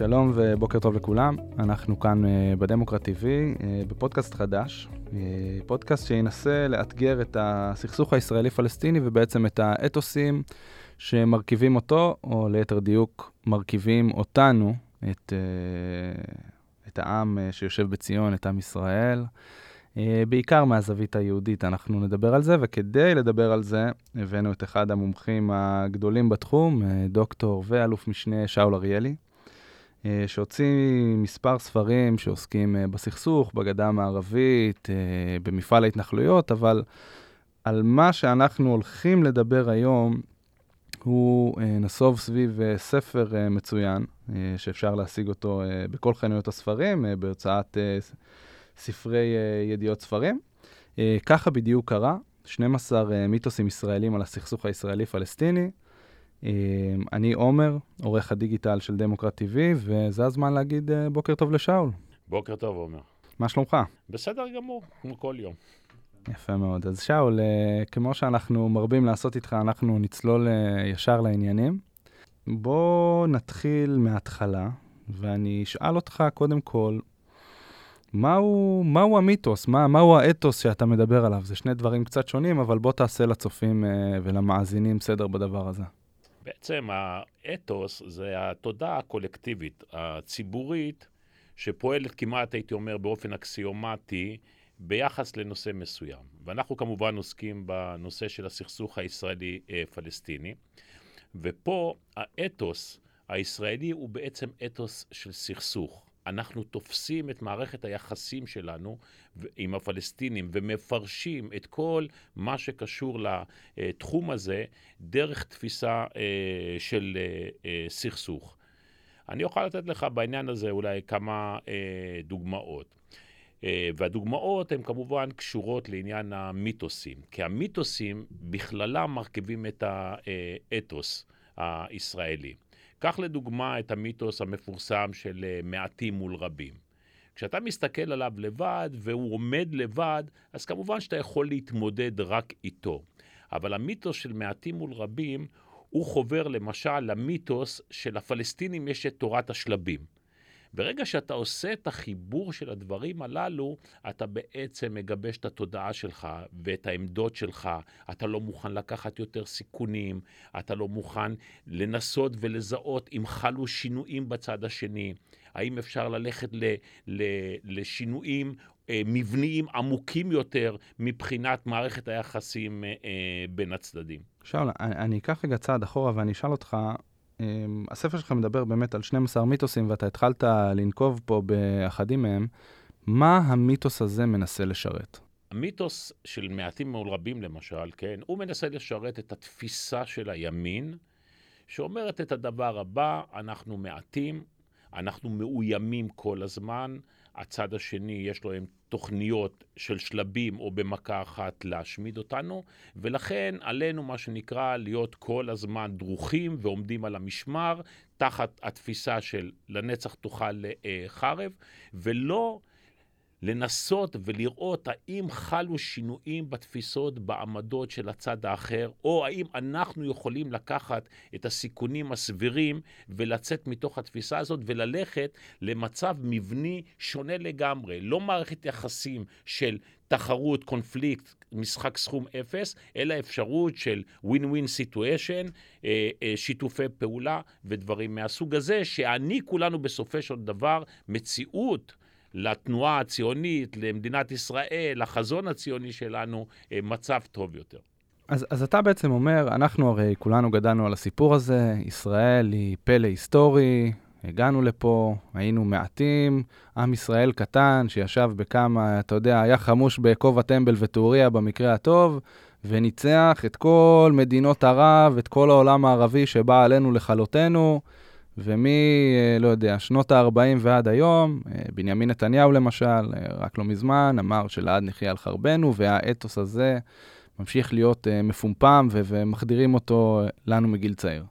שלום ובוקר טוב לכולם, אנחנו כאן בדמוקרט TV, בפודקאסט חדש, פודקאסט שינסה לאתגר את הסכסוך הישראלי-פלסטיני ובעצם את האתוסים שמרכיבים אותו, או ליתר דיוק מרכיבים אותנו, את העם שיושב בציון, את עם ישראל, בעיקר מהזווית היהודית. אנחנו נדבר על זה, וכדי לדבר על זה הבאנו את אחד המומחים הגדולים בתחום, דוקטור ואלוף משנה שאול אריאלי, שהוציא מספר ספרים שעוסקים בסכסוך, בגדה המערבית, במפעל ההתנחלויות, אבל על מה שאנחנו הולכים לדבר היום, הוא נסוב סביב ספר מצוין, שאפשר להשיג אותו בכל חנויות הספרים, בהוצאת ספרי ידיעות ספרים. ככה בדיוק קרה, 12 מיתוסים ישראלים על הסכסוך הישראלי-פלסטיני. אני עומר, עורך הדיגיטל של דמוקרט TV, וזה הזמן להגיד בוקר טוב לשאול. בוקר טוב, עומר. מה שלומך? בסדר גמור, כמו כל יום. יפה מאוד. אז שאול, כמו שאנחנו מרבים לעשות איתך, אנחנו נצלול ישר לעניינים. בוא נתחיל מההתחלה, ואני אשאל אותך קודם כל, מהו המיתוס? מהו האתוס שאתה מדבר עליו? זה שני דברים קצת שונים, אבל בוא תעשה לצופים ולמאזינים סדר בדבר הזה. בעצם האתוס זה התודעה הקולקטיבית, הציבורית, שפועלת כמעט, הייתי אומר, באופן אקסיומטי, ביחס לנושא מסוים. ואנחנו כמובן עוסקים בנושא של הסכסוך הישראלי-פלסטיני, ופה האתוס הישראלי הוא בעצם אתוס של סכסוך. אנחנו תופסים את מערכת היחסים שלנו עם הפלסטינים ומפרשים את כל מה שקשור לתחום הזה דרך תפיסה של סכסוך. אני אוכל לתת לך בעניין הזה אולי כמה דוגמאות. והדוגמאות הן כמובן קשורות לעניין המיתוסים, כי המיתוסים בכללם מרכיבים את האתוס הישראלי. קח לדוגמה את המיתוס המפורסם של מעטים מול רבים. כשאתה מסתכל עליו לבד והוא עומד לבד, אז כמובן שאתה יכול להתמודד רק איתו. אבל המיתוס של מעטים מול רבים הוא חובר למשל למיתוס של הפלסטינים יש את תורת השלבים. ברגע שאתה עושה את החיבור של הדברים הללו, אתה בעצם מגבש את התודעה שלך ואת העמדות שלך. אתה לא מוכן לקחת יותר סיכונים, אתה לא מוכן לנסות ולזהות אם חלו שינויים בצד השני. האם אפשר ללכת לשינויים מבניים עמוקים יותר מבחינת מערכת היחסים בין הצדדים. שאול, אני אקח רגע צעד אחורה ואני אשאל אותך, הספר שלך מדבר באמת על 12 מיתוסים, ואתה התחלת לנקוב פה באחדים מהם. מה המיתוס הזה מנסה לשרת? המיתוס של מעטים מול רבים למשל, כן, הוא מנסה לשרת את התפיסה של הימין, שאומרת את הדבר הבא, אנחנו מעטים, אנחנו מאוימים כל הזמן, הצד השני יש לו תוכניות של שלבים או במכה אחת להשמיד אותנו, ולכן עלינו מה שנקרא להיות כל הזמן דרוכים ועומדים על המשמר, תחת התפיסה של לנצח תאכל חרב, ולא לנסות ולראות האם חלו שינויים בתפיסות בעמדות של הצד האחר, או האם אנחנו יכולים לקחת את הסיכונים הסבירים ולצאת מתוך התפיסה הזאת וללכת למצב מבני שונה לגמרי. לא מערכת יחסים של תחרות, קונפליקט, משחק סכום אפס, אלא אפשרות של win-win situation, שיתופי פעולה ודברים מהסוג הזה, שיעניקו לנו בסופו של דבר מציאות לתנועה הציונית, למדינת ישראל, לחזון הציוני שלנו, מצב טוב יותר. אז אתה בעצם אומר, אנחנו הרי כולנו גדלנו על הסיפור הזה, ישראל היא פלא היסטורי, הגענו לפה, היינו מעטים, עם ישראל קטן שישב בכמה, אתה יודע, היה חמוש בכובע טמבל וטוריה במקרה הטוב, וניצח את כל מדינות ערב, את כל העולם הערבי שבא עלינו לכלותנו, לא יודע, שנות ה-40 ועד היום, בנימין נתניהו למשל, רק לא מזמן, אמר שלעד נחיה על חרבנו, והאתוס הזה ממשיך להיות מפומפם ומחדירים אותו לנו מגיל צעיר.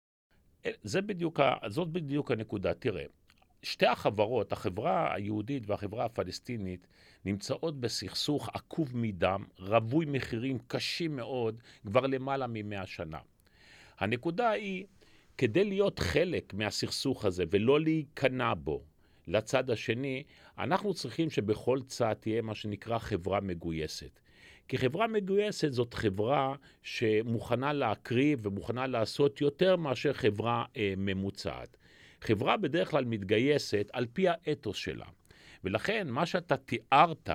זאת בדיוק הנקודה. תראה, שתי החברות, החברה היהודית והחברה הפלסטינית, נמצאות בסכסוך עקוב מדם, רווי מחירים קשים מאוד, כבר למעלה מ100 שנה. הנקודה היא, כדי להיות חלק מהסכסוך הזה ולא להיכנע בו לצד השני, אנחנו צריכים שבכל צד תהיה מה שנקרא חברה מגויסת. כי חברה מגויסת זאת חברה שמוכנה להקריב ומוכנה לעשות יותר מאשר חברה ממוצעת. חברה בדרך כלל מתגייסת על פי האתוס שלה. ולכן מה שאתה תיארת,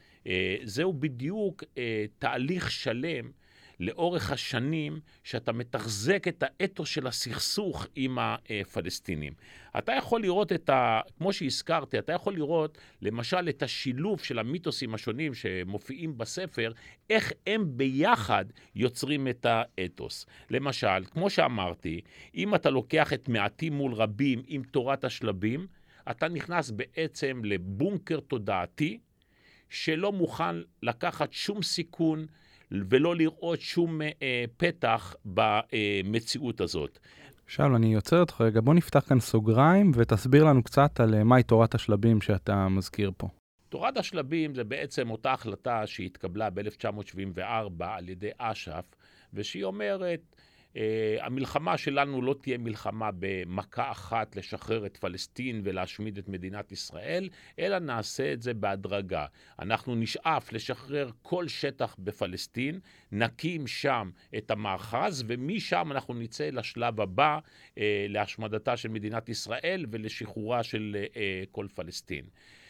זהו בדיוק תהליך שלם לאורך השנים שאתה מתחזק את האתוס של הסכסוך עם הפלסטינים. אתה יכול לראות כמו שהזכרתי, אתה יכול לראות למשל את השילוב של המיתוסים השונים שמופיעים בספר, איך הם ביחד יוצרים את האתוס. למשל, כמו שאמרתי, אם אתה לוקח את מעטים מול רבים עם תורת השלבים, אתה נכנס בעצם לבונקר תודעתי שלא מוכן לקחת שום סיכון ולא לראות שום פתח במציאות הזאת. שאול, אני יוצר אותך רגע, בוא נפתח כאן סוגריים ותסביר לנו קצת על מהי תורת השלבים שאתה מזכיר פה. תורת השלבים זה בעצם אותה החלטה שהתקבלה ב-1974 על ידי אש"ף, ושהיא אומרת, המלחמה שלנו לא תהיה מלחמה במכה אחת לשחרר את פלסטין ולהשמיד את מדינת ישראל, אלא נעשה את זה בהדרגה. אנחנו נשאף לשחרר כל שטח בפלסטין, נקים שם את המאחז, ומשם אנחנו נצא לשלב הבא, להשמדתה של מדינת ישראל ולשחרורה של כל פלסטין.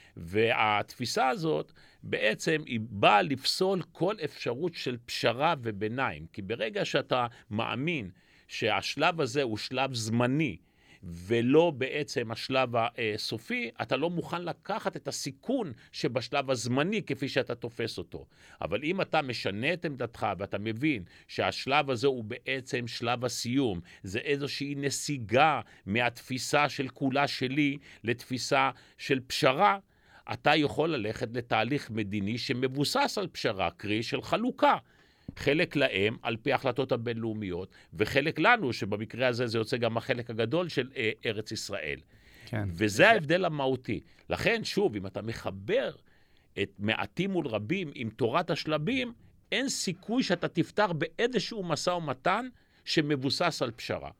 והתפיסה הזאת בעצם היא באה לפסול כל אפשרות של פשרה וביניים, כי ברגע שאתה מאמין שהשלב הזה הוא שלב זמני ולא בעצם השלב הסופי, אתה לא מוכן לקחת את הסיכון שבשלב הזמני כפי שאתה תופס אותו. אבל אם אתה משנה את עמדתך ואתה מבין שהשלב הזה הוא בעצם שלב הסיום, זה איזושהי נסיגה מהתפיסה של כולה שלי לתפיסה של פשרה, אתה יכול ללכת לתהליך מדיני שמבוסס על פשרה, קרי של חלוקה. חלק להם על פי ההחלטות הבינלאומיות, וחלק לנו, שבמקרה הזה זה יוצא גם החלק הגדול של ארץ ישראל. כן. וזה ההבדל המהותי. לכן, שוב, אם אתה מחבר את מעטים מול רבים עם תורת השלבים, אין סיכוי שאתה תפתר באיזשהו משא ומתן שמבוסס על פשרה.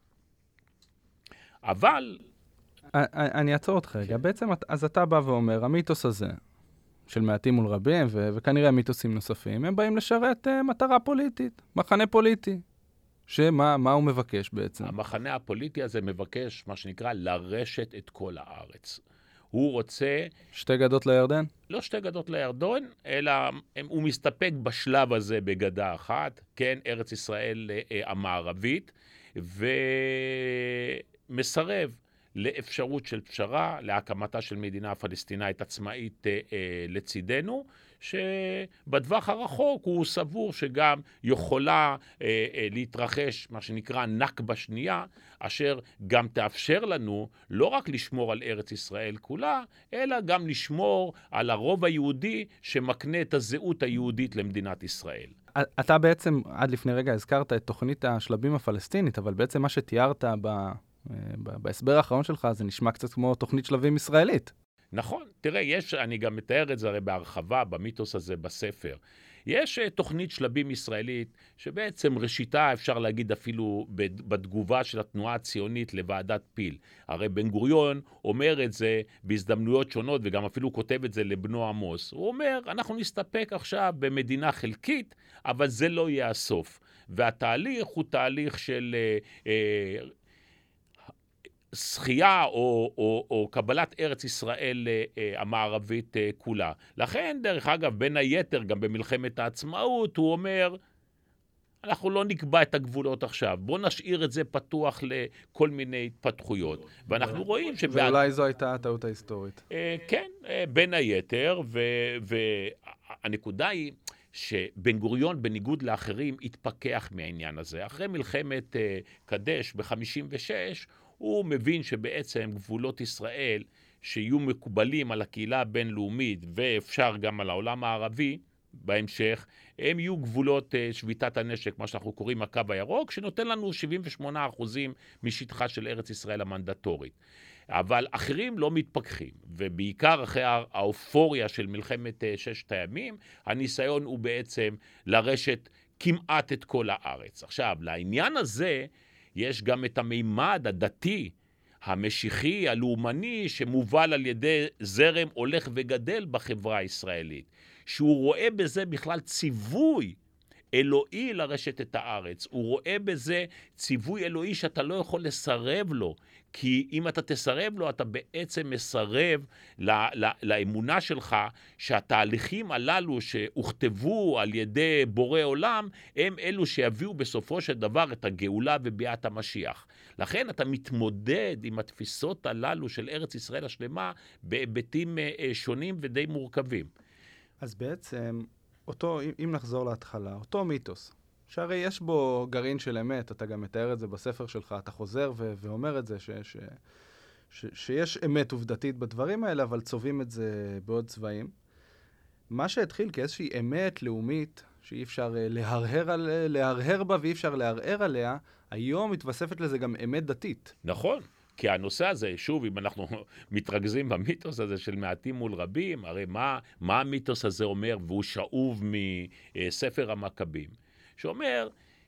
אבל אני אעצור אותך רגע. בעצם, אז אתה בא ואומר, המיתוס הזה, של מעטים מול רבים, וכנראה מיתוסים נוספים, הם באים לשרת מטרה פוליטית, מחנה פוליטי. מה הוא מבקש בעצם? המחנה הפוליטי הזה מבקש, מה שנקרא, לרשת את כל הארץ. הוא רוצה... שתי גדות לירדן? לא שתי גדות לירדן, אלא הוא מסתפק בשלב הזה בגדה אחת, כן, ארץ ישראל המערבית, ומסרב לאפשרות של פשרה, להקמתה של מדינה פלסטינאית עצמאית לצידנו, שבדווח הרחוק הוא סבור שגם יכולה להתרחש מה שנקרא נכבה שנייה, אשר גם תאפשר לנו לא רק לשמור על ארץ ישראל כולה, אלא גם לשמור על הרוב היהודי שמקנה את הזהות היהודית למדינת ישראל. אתה בעצם עד לפני רגע הזכרת את תוכנית השלבים הפלסטינית, אבל בעצם מה שתיארת בהסבר האחרון שלך זה נשמע קצת כמו תוכנית שלבים ישראלית. נכון, תראה, אני גם מתאר את זה הרי בהרחבה במיתוס הזה בספר. יש תוכנית שלבים ישראלית שבעצם ראשיתה אפשר להגיד אפילו בתגובה של התנועה הציונית לוועדת פיל. הרי בן גוריון אומר את זה בהזדמנויות שונות וגם אפילו כותב את זה לבנו עמוס. הוא אומר, אנחנו נסתפק עכשיו במדינה חלקית, אבל זה לא יהיה הסוף. והתהליך הוא תהליך של... זכייה או קבלת ארץ ישראל המערבית כולה. לכן, דרך אגב, בין היתר, גם במלחמת העצמאות, הוא אומר, אנחנו לא נקבע את הגבולות עכשיו, בוא נשאיר את זה פתוח לכל מיני התפתחויות. ואנחנו רואים ואולי זו הייתה הטעות ההיסטורית. כן, בין היתר, והנקודה היא שבן גוריון, בניגוד לאחרים, התפכח מהעניין הזה. אחרי מלחמת קדש ב-56, הוא מבין שבעצם גבולות ישראל שיהיו מקובלים על הקהילה הבינלאומית ואפשר גם על העולם הערבי בהמשך, הם יהיו גבולות שביתת הנשק, מה שאנחנו קוראים הקו הירוק, שנותן לנו 78% משטחה של ארץ ישראל המנדטורית. אבל אחרים לא מתפכחים, ובעיקר אחרי האופוריה של מלחמת ששת הימים, הניסיון הוא בעצם לרשת כמעט את כל הארץ. עכשיו, לעניין הזה, יש גם את המימד הדתי, המשיחי, הלאומני, שמובל על ידי זרם הולך וגדל בחברה הישראלית, שהוא רואה בזה בכלל ציווי אלוהי לרשת את הארץ. הוא רואה בזה ציווי אלוהי שאתה לא יכול לסרב לו, כי אם אתה תסרב לו, אתה בעצם מסרב לאמונה שלך שהתהליכים הללו שהוכתבו על ידי בורא עולם, הם אלו שיביאו בסופו של דבר את הגאולה וביאת המשיח. לכן אתה מתמודד עם התפיסות הללו של ארץ ישראל השלמה בהיבטים שונים ודי מורכבים. אז בעצם, אם נחזור להתחלה, אותו מיתוס, שהרי יש בו גרעין של אמת, אתה גם מתאר את זה בספר שלך, אתה חוזר ואומר את זה, שיש אמת עובדתית בדברים האלה, אבל צובעים את זה בעוד צבעים. מה שהתחיל כאיזושהי אמת לאומית, שאי אפשר להרהר בה ואי אפשר לערער עליה, היום מתווספת לזה גם אמת דתית. נכון. כי הנושא הזה, שוב, אם אנחנו מתרכזים במיתוס הזה של מעטים מול רבים, הרי מה המיתוס הזה אומר, והוא שאוב מספר המכבים, שאומר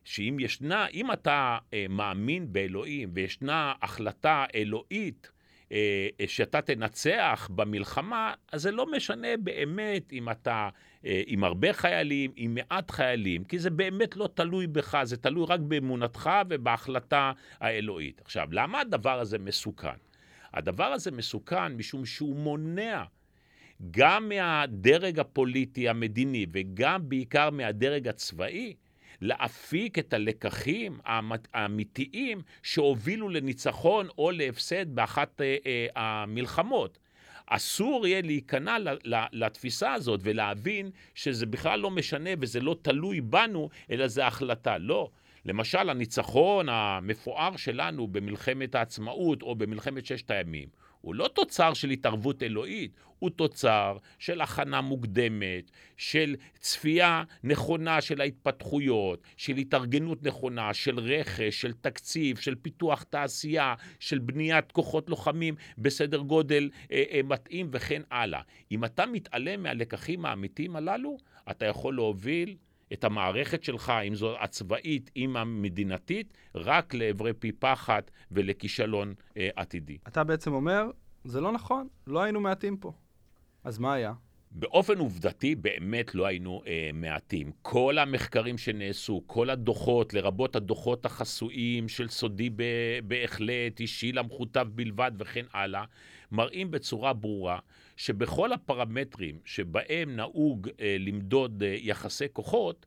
אם אתה מאמין באלוהים, וישנה החלטה אלוהית שאתה תנצח במלחמה, אז זה לא משנה באמת אם אתה עם הרבה חיילים, עם מעט חיילים, כי זה באמת לא תלוי בך, זה תלוי רק באמונתך ובהחלטה האלוהית. עכשיו, למה הדבר הזה מסוכן? הדבר הזה מסוכן משום שהוא מונע גם מהדרג הפוליטי המדיני וגם בעיקר מהדרג הצבאי, להפיק את הלקחים האמיתיים שהובילו לניצחון או להפסד באחת המלחמות. אסור יהיה להיכנע לתפיסה הזאת ולהבין שזה בכלל לא משנה וזה לא תלוי בנו, אלא זה החלטה. לא. למשל, הניצחון המפואר שלנו במלחמת העצמאות או במלחמת ששת הימים, הוא לא תוצר של התערבות אלוהית, הוא תוצר של הכנה מוקדמת, של צפייה נכונה של ההתפתחויות, של התארגנות נכונה, של רכש, של תקציב, של פיתוח תעשייה, של בניית כוחות לוחמים בסדר גודל מתאים וכן הלאה. אם אתה מתעלם מהלקחים האמיתיים הללו, אתה יכול להוביל את המערכת שלך, אם זו הצבאית, אם המדינתית, רק לעברי פי פחת ולכישלון עתידי. אתה בעצם אומר, זה לא נכון, לא היינו מעטים פה. אז מה היה? באופן עובדתי באמת לא היינו מעטים. כל המחקרים שנעשו, כל הדוחות, לרבות הדוחות החסויים של סודי בהחלט, אישי למחותב בלבד וכן הלאה, מראים בצורה ברורה שבכל הפרמטרים שבהם נהוג למדוד יחסי כוחות,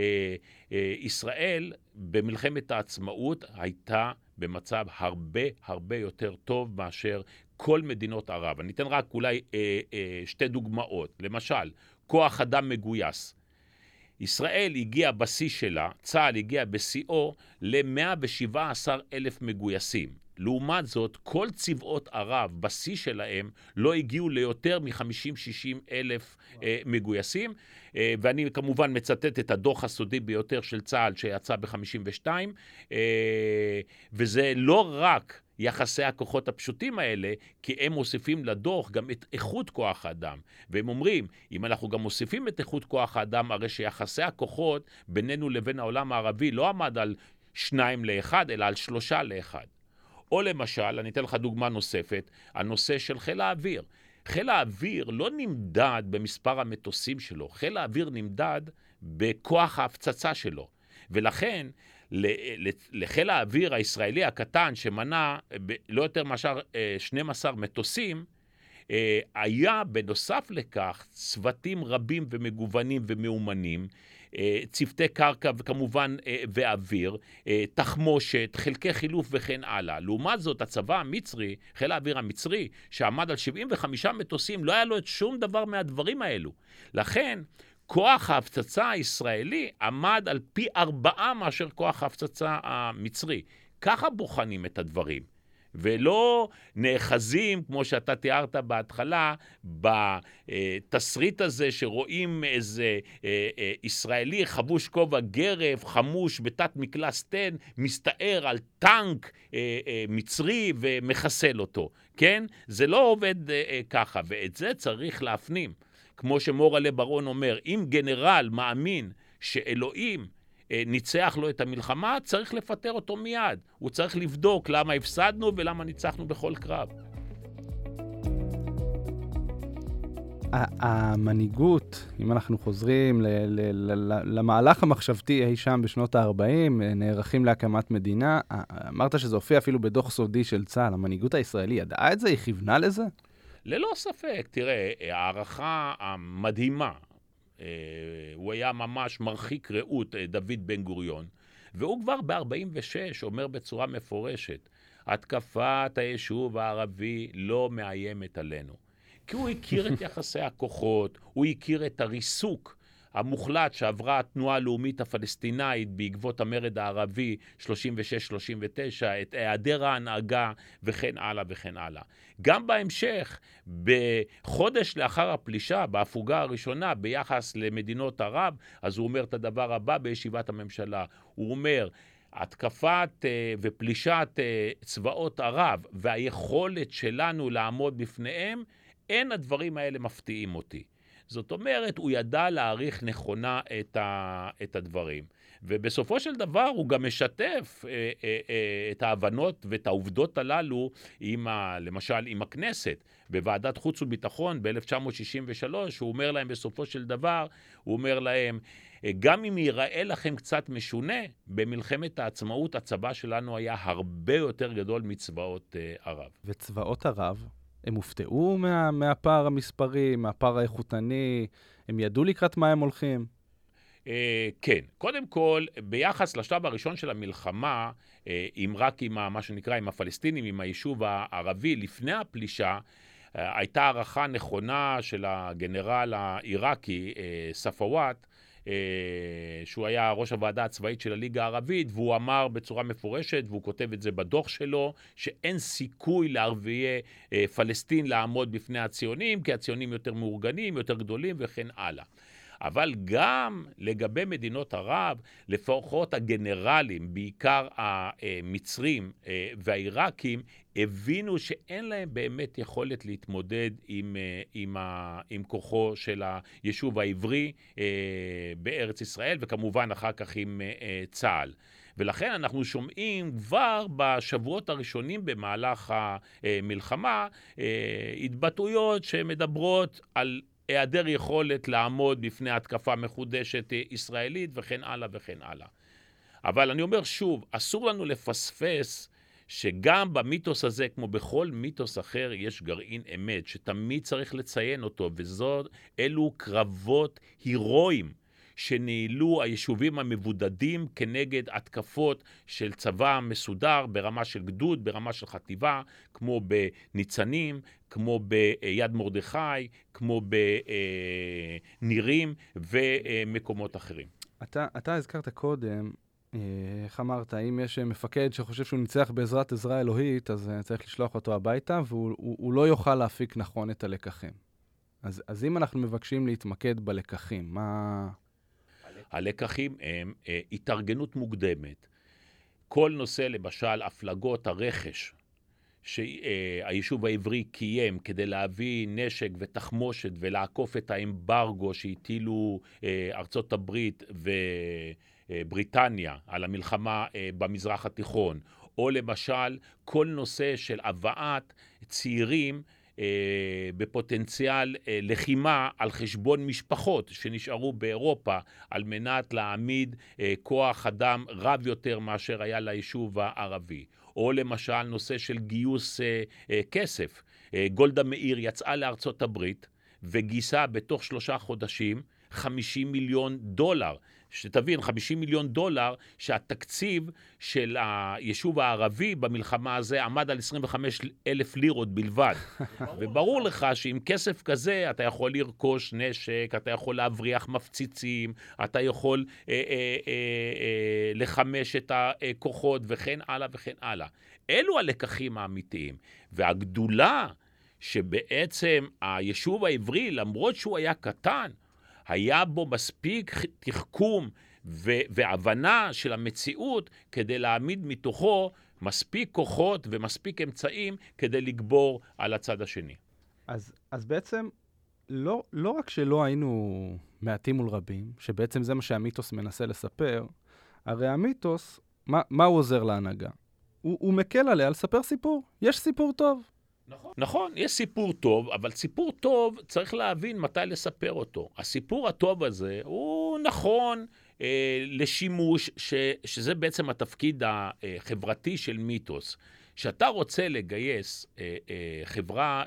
ישראל במלחמת העצמאות הייתה במצב הרבה יותר טוב מאשר כל מדינות ערב. אני אתן רק אולי שתי דוגמאות. למשל, כוח אדם מגויס. ישראל הגיעה בשיא שלה, צה"ל הגיע בשיאו ל-117,000 מגויסים. לעומת זאת, כל צבאות ערב בשיא שלהם לא הגיעו ליותר מ-50-60 אלף מגויסים, ואני כמובן מצטט את הדוח הסודי ביותר של צה"ל שיצא ב-52, וזה לא רק יחסי הכוחות הפשוטים האלה, כי הם מוסיפים לדוח גם את איכות כוח האדם. והם אומרים, אם אנחנו גם מוסיפים את איכות כוח האדם, הרי שיחסי הכוחות בינינו לבין העולם הערבי לא עמד על 2-1, אלא על 3-1. או למשל, אני אתן לך דוגמה נוספת, הנושא של חיל האוויר. חיל האוויר לא נמדד במספר המטוסים שלו, חיל האוויר נמדד בכוח ההפצצה שלו. ולכן, לחיל האוויר הישראלי הקטן שמנה לא יותר מאשר 12 מטוסים, היה בנוסף לכך צוותים רבים ומגוונים ומאומנים, צוותי קרקע וכמובן ואוויר, תחמושת, חלקי חילוף וכן הלאה. לעומת זאת, הצבא המצרי, חיל האוויר המצרי, שעמד על 75 מטוסים, לא היה לו את שום דבר מהדברים האלו. לכן, כוח ההפצצה הישראלי עמד על פי 4 מאשר כוח ההפצצה המצרי. ככה בוחנים את הדברים. ולא נאחזים, כמו שאתה תיארת בהתחלה, בתסריט הזה שרואים איזה ישראלי חבוש כובע גרב, חמוש בתת מקלע סטן, מסתער על טנק מצרי ומחסל אותו. כן? זה לא עובד ככה, ואת זה צריך להפנים. כמו שמורלה ברון אומר, אם גנרל מאמין שאלוהים ניצח לו את המלחמה, צריך לפטר אותו מיד. הוא צריך לבדוק למה הפסדנו ולמה ניצחנו בכל קרב. המנהיגות, אם אנחנו חוזרים למהלך המחשבתי אי שם בשנות ה-40, נערכים להקמת מדינה, אמרת שזה הופיע אפילו בדוח סודי של צה"ל, המנהיגות הישראלי ידעה את זה? היא כיוונה לזה? ללא ספק, תראה, הערכה המדהימה, הוא היה ממש מרחיק ראות, דוד בן גוריון, והוא כבר ב-46 אומר בצורה מפורשת, התקפת היישוב הערבי לא מאיימת עלינו. כי הוא הכיר את יחסי הכוחות, הוא הכיר את הריסוק המוחלט שעברה התנועה הלאומית הפלסטינאית בעקבות המרד הערבי 36-39, את היעדר ההנהגה וכן הלאה וכן הלאה. גם בהמשך, בחודש לאחר הפלישה, בהפוגה הראשונה ביחס למדינות ערב, אז הוא אומר את הדבר הבא בישיבת הממשלה. הוא אומר, התקפת ופלישת צבאות ערב והיכולת שלנו לעמוד בפניהם, אין הדברים האלה מפתיעים אותי. זאת אומרת, הוא ידע להעריך נכונה את הדברים. ובסופו של דבר הוא גם משתף את ההבנות ואת העובדות הללו, למשל עם הכנסת, בוועדת חוץ וביטחון ב-1963, הוא אומר להם בסופו של דבר, הוא אומר להם, גם אם ייראה לכם קצת משונה, במלחמת העצמאות הצבא שלנו היה הרבה יותר גדול מצבאות ערב. וצבאות ערב? הם הופתעו מהפער המספרי, מהפער האיכותני, הם ידעו לקראת מה הם הולכים? כן. קודם כל, ביחס לשלב הראשון של המלחמה, רק עם מה שנקרא, עם הפלסטינים, עם היישוב הערבי, לפני הפלישה, הייתה הערכה נכונה של הגנרל העיראקי, ספוואט, שהוא היה ראש הוועדה הצבאית של הליגה הערבית, והוא אמר בצורה מפורשת, והוא כותב את זה בדוח שלו, שאין סיכוי לערביי פלסטין לעמוד בפני הציונים, כי הציונים יותר מאורגנים, יותר גדולים וכן הלאה. אבל גם לגבי מדינות ערב, לפחות הגנרלים, בעיקר המצרים והעיראקים, הבינו שאין להם באמת יכולת להתמודד עם כוחו של היישוב העברי בארץ ישראל, וכמובן אחר כך עם צה"ל. ולכן אנחנו שומעים כבר בשבועות הראשונים במהלך המלחמה, התבטאויות שמדברות על היעדר יכולת לעמוד בפני התקפה מחודשת ישראלית וכן הלאה וכן הלאה. אבל אני אומר שוב, אסור לנו לפספס שגם במיתוס הזה, כמו בכל מיתוס אחר, יש גרעין אמת, שתמיד צריך לציין אותו, אלו קרבות הירואיים שנעלו היישובים המבודדים כנגד התקפות של צבא מסודר ברמה של גדוד, ברמה של חטיבה, כמו בניצנים, כמו ביד מרדכי, כמו בנירים ומקומות אחרים. אתה הזכרת קודם, איך אמרת, אם יש מפקד שחושב שהוא ניצח בעזרת עזרה אלוהית, אז צריך לשלוח אותו הביתה, והוא לא יוכל להפיק נכון את הלקחים. אז אם אנחנו מבקשים להתמקד בלקחים, מה... הלקחים הם התארגנות מוקדמת. כל נושא, למשל, הפלגות הרכש, שהיישוב העברי קיים כדי להביא נשק ותחמושת ולעקוף את האמברגו שהטילו ארצות הברית ובריטניה על המלחמה במזרח התיכון, או למשל כל נושא של הבאת צעירים בפוטנציאל לחימה על חשבון משפחות שנשארו באירופה על מנת להעמיד כוח אדם רב יותר מאשר היה ליישוב הערבי. או למשל נושא של גיוס כסף. גולדה מאיר יצאה לארצות הברית וגייסה בתוך 3 חודשים $50 מיליון. שתבין, $50 מיליון שהתקציב של היישוב הערבי במלחמה הזה עמד על 25,000 לירות בלבד. וברור לך שעם כסף כזה אתה יכול לרכוש נשק, אתה יכול להבריח מפציצים, אתה יכול לחמש את הכוחות וכן הלאה וכן הלאה. אלו הלקחים האמיתיים. והגדולה שבעצם היישוב העברי, למרות שהוא היה קטן, היה בו מספיק תחכום והבנה של המציאות כדי להעמיד מתוכו מספיק כוחות ומספיק אמצעים כדי לגבור על הצד השני. אז בעצם לא רק שלא היינו מעטים מול רבים, שבעצם זה מה שהמיתוס מנסה לספר, הרי המיתוס, מה הוא עוזר להנהגה? הוא מקל עליה לספר סיפור. יש סיפור טוב. נכון, יש סיפור טוב, אבל סיפור טוב צריך להבין מתי לספר אותו. הסיפור הטוב הזה הוא נכון לשימוש, שזה בעצם התפקיד החברתי של מיתוס. שאתה רוצה לגייס חברה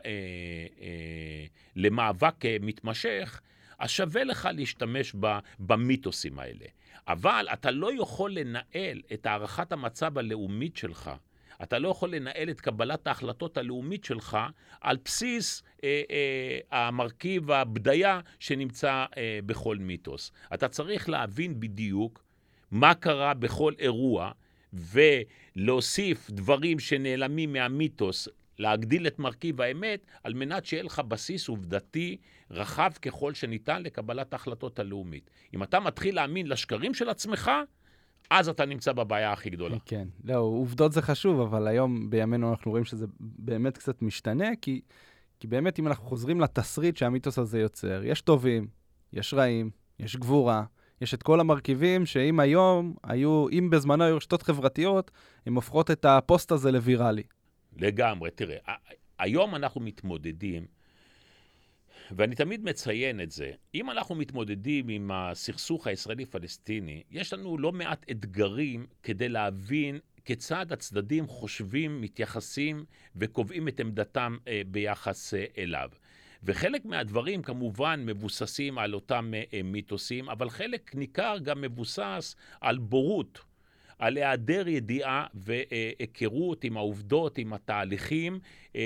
למאבק מתמשך, אז שווה לך להשתמש במיתוסים האלה. אבל אתה לא יכול לנהל את הערכת המצב הלאומית שלך, אתה לא יכול לנהל את קבלת ההחלטות הלאומית שלך על בסיס המרכיב הבדיה שנמצא בכל מיתוס. אתה צריך להבין בדיוק מה קרה בכל אירוע, ולהוסיף דברים שנעלמים מהמיתוס, להגדיל את מרכיב האמת, על מנת שיהיה לך בסיס עובדתי רחב ככל שניתן לקבלת ההחלטות הלאומית. אם אתה מתחיל להאמין לשקרים של עצמך, אז אתה נמצא בבעיה הכי גדולה. כן, לא, עובדות זה חשוב, אבל היום בימינו אנחנו רואים שזה באמת קצת משתנה, כי באמת אם אנחנו חוזרים לתסריט שהמיתוס הזה יוצר, יש טובים, יש רעים, יש גבורה, יש את כל המרכיבים שאם היום אם בזמנו היו רשתות חברתיות, הן הופכות את הפוסט הזה לוויראלי. לגמרי, תראה, היום אנחנו מתמודדים, ואני תמיד מציין את זה, אם אנחנו מתמודדים עם הסכסוך הישראלי-פלסטיני, יש לנו לא מעט אתגרים כדי להבין כיצד הצדדים חושבים, מתייחסים וקובעים את עמדתם ביחס אליו. וחלק מהדברים כמובן מבוססים על אותם מיתוסים, אבל חלק ניכר גם מבוסס על בורות, על היעדר ידיעה והיכרות עם העובדות, עם התהליכים,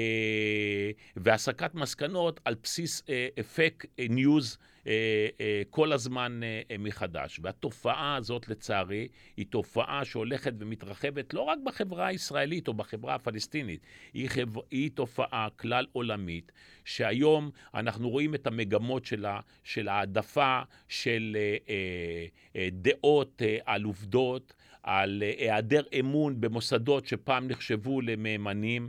והסקת מסקנות על בסיס פייק ניוז כל הזמן מחדש. והתופעה הזאת לצערי היא תופעה שהולכת ומתרחבת לא רק בחברה הישראלית או בחברה הפלסטינית, היא תופעה כלל עולמית, שהיום אנחנו רואים את המגמות של העדפה של דעות על עובדות, על היעדר אמון במוסדות שפעם נחשבו למאמנים,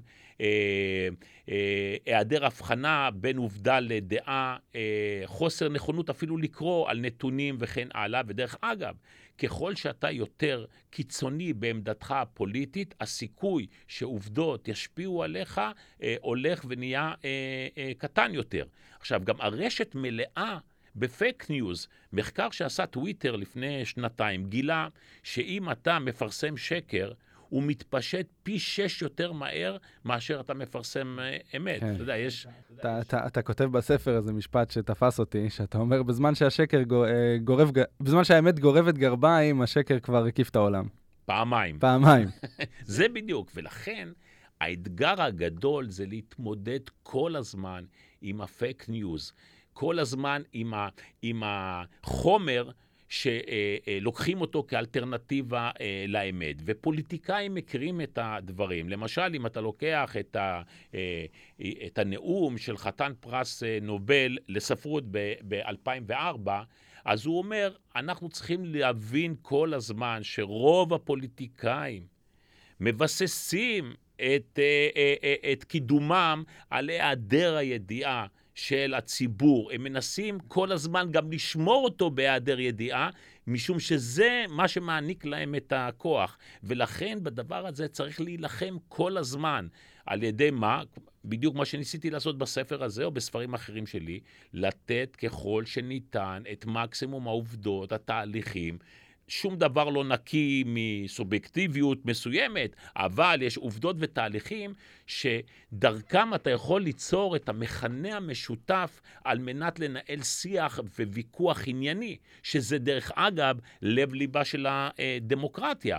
היעדר הבחנה בין עובדה לדעה, חוסר נכונות אפילו לקרוא על נתונים וכן הלאה. ודרך אגב, ככל שאתה יותר קיצוני בעמדתך הפוליטית, הסיכוי שעובדות ישפיעו עליך הולך ונהיה קטן יותר. עכשיו, גם הרשת מלאה בפייק ניוז. מחקר שעשה טוויטר לפני שנתיים גילה שאם אתה מפרסם שקר, הוא מתפשט פי 6 יותר מהר מאשר אתה מפרסם אמת. כן. אתה יודע, יש... אתה כותב בספר איזה משפט שתפס אותי, שאתה אומר, בזמן שהאמת גורבת גרביים, השקר כבר הקיף את העולם. פעמיים. זה בדיוק, ולכן האתגר הגדול זה להתמודד כל הזמן עם הפייק ניוז, כל הזמן עם החומר שלוקחים אותו כאלטרנטיבה לאמת. ופוליטיקאים מכירים את הדברים. למשל, אם אתה לוקח את הנאום של חתן פרס נובל לספרות ב-2004, אז הוא אומר, אנחנו צריכים להבין כל הזמן שרוב הפוליטיקאים מבססים את קידומם על היעדר הידיעה של הציבור. הם מנסים כל הזמן גם לשמור אותו בהיעדר ידיעה, משום שזה מה שמעניק להם את הכוח. ולכן בדבר הזה צריך להילחם כל הזמן. על ידי מה? בדיוק מה שניסיתי לעשות בספר הזה או בספרים אחרים שלי, לתת ככל שניתן את מקסימום העובדות, התהליכים. שום דבר לא נקי מסובייקטיביות מסוימת, אבל יש עובדות ותהליכים שדרכם אתה יכול ליצור את המכנה המשותף על מנת לנהל שיח וויכוח ענייני, שזה דרך אגב לב ליבה של הדמוקרטיה.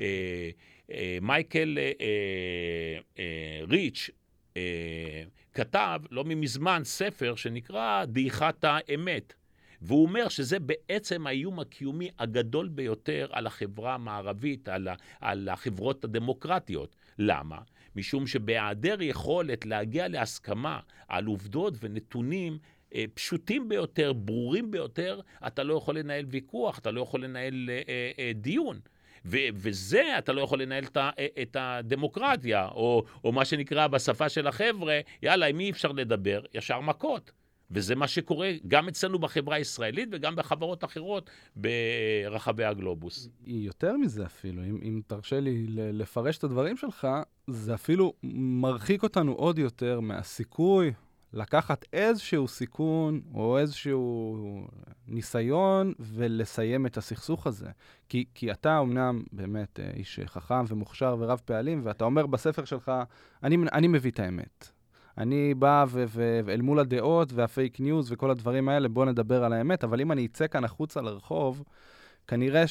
מייקל ריץ' כתב לא מזמן ספר שנקרא דעיכת האמת, והוא אומר שזה בעצם האיום הקיומי הגדול ביותר על החברה המערבית, על החברות הדמוקרטיות. למה? משום שבהיעדר יכולת להגיע להסכמה על עובדות ונתונים פשוטים ביותר, ברורים ביותר, אתה לא יכול לנהל ויכוח, אתה לא יכול לנהל דיון. וזה אתה לא יכול לנהל את הדמוקרטיה, או מה שנקרא בשפה של החבר'ה, יאללה, עם מי אפשר לדבר? ישר מכות. וזה מה שקורה גם אצלנו בחברה הישראלית וגם בחברות אחרות ברחבי הגלובוס. יותר מזה אפילו, אם תרשה לי לפרש את הדברים שלך, זה אפילו מרחיק אותנו עוד יותר מהסיכוי לקחת איזשהו סיכון או איזשהו ניסיון ולסיים את הסכסוך הזה. כי אתה אומנם באמת איש חכם ומוכשר ורב פעלים, ואתה אומר בספר שלך, אני מביא את האמת. אני בא ואל מול הדעות והפייק ניוז וכל הדברים האלה, בוא נדבר על האמת, אבל אם אני אצא כאן החוצה לרחוב, כנראה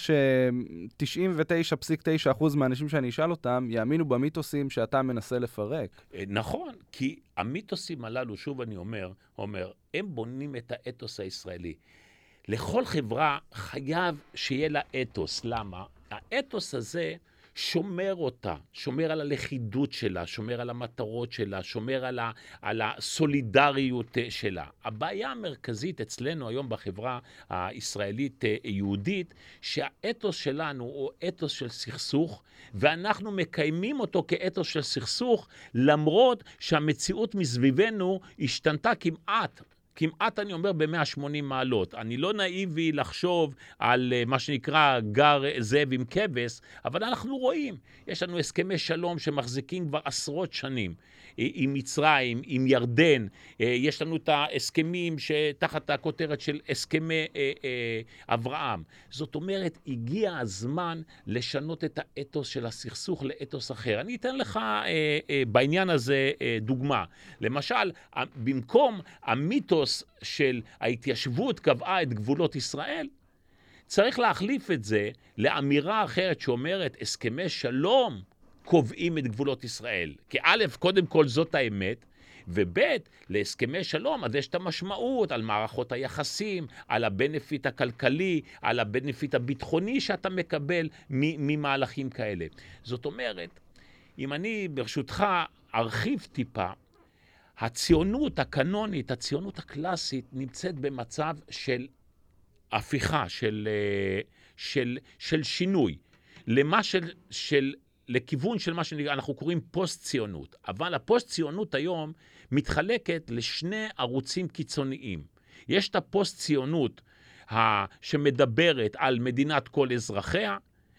ש99.9% מהאנשים שאני אשאל אותם, יאמינו במיתוסים שאתה מנסה לפרק. נכון, כי המיתוסים הללו, שוב אני אומר, הם בונים את האתוס הישראלי. לכל חברה חייב שיהיה לה אתוס. למה? האתוס הזה שומר אותה, שומר על הלכידות שלה, שומר על המטרות שלה, שומר על הסולידריות שלה. הבעיה המרכזית אצלנו היום בחברה הישראלית יהודית, שהאתוס שלנו הוא אתוס של סכסוך, ואנחנו מקיימים אותו כאתוס של סכסוך, למרות שהמציאות מסביבנו השתנתה כמעט אני אומר ב-180 מעלות. אני לא נאיבי לחשוב על מה שנקרא גר זאב עם כבש, אבל אנחנו רואים, יש לנו הסכמי שלום שמחזיקים כבר עשרות שנים, עם מצרים, עם ירדן, יש לנו את ההסכמים שתחת הכותרת של הסכמי אברהם. זאת אומרת, הגיע הזמן לשנות את האתוס של הסכסוך לאתוס אחר. אני אתן לך בעניין הזה דוגמה. למשל, במקום המיתוס של ההתיישבות קבעה את גבולות ישראל, צריך להחליף את זה לאמירה אחרת שאומרת, הסכמי שלום קובעים את גבולות ישראל. כי א', קודם כל זאת האמת, וב', להסכמי שלום, אז יש את המשמעות על מערכות היחסים, על הבנפיט הכלכלי, על הבנפיט הביטחוני שאתה מקבל ממהלכים כאלה. זאת אומרת, אם אני ברשותך ארחיב טיפה, הציונות הקנונית, הציונות הקלאסית, נמצאת במצב של הפיכה, של שינוי, לכיוון של מה שאנחנו קוראים פוסט-ציונות. אבל הפוסט-ציונות היום מתחלקת לשני ערוצים קיצוניים. יש את הפוסט-ציונות שמדברת על מדינת כל אזרחיה,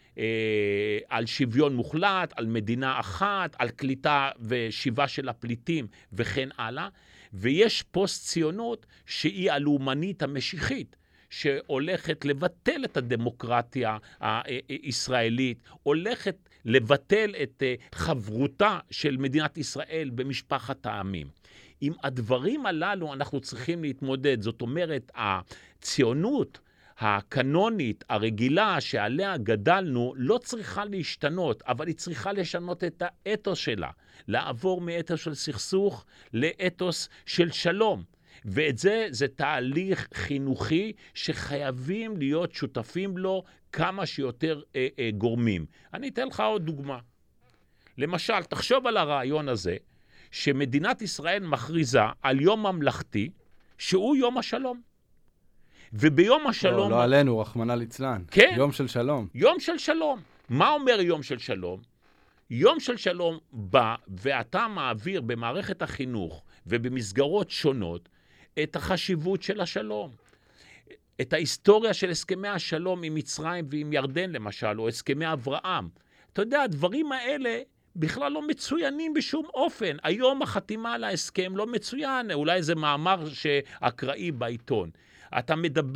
על שוויון מוחלט, על מדינה אחת, על קליטה ושיבה של הפליטים וכן הלאה, ויש פוסט-ציונות שהיא הלאומנית המשיחית, שהולכת לבטל את הדמוקרטיה הישראלית, הולכת לבטל את חברותה של מדינת ישראל במשפחת העמים. עם הדברים הללו אנחנו צריכים להתמודד. זאת אומרת, הציונות הקנונית, הרגילה שעליה גדלנו, לא צריכה להשתנות, אבל היא צריכה לשנות את האתוס שלה, לעבור מאתוס של סכסוך לאתוס של שלום. ואת זה תהליך חינוכי שחייבים להיות שותפים לו כמה שיותר גורמים. אני אתן לך עוד דוגמה. למשל, תחשוב על הרעיון הזה, שמדינת ישראל מכריזה על יום ממלכתי, שהוא יום השלום. וביום השלום... לא עלינו, רחמנא ליצלן. כן. יום של שלום. יום של שלום. מה אומר יום של שלום? יום של שלום בא, ואתה מעביר במערכת החינוך ובמסגרות שונות את החשיבות של השלום. את ההיסטוריה של הסכמי השלום עם מצרים ועם ירדן למשל, או הסכמי אברהם. אתה יודע, הדברים האלה בכלל לא מצוינים בשום אופן. היום החתימה על ההסכם לא מצוין, אולי זה מאמר שאקראי בעיתון. אתה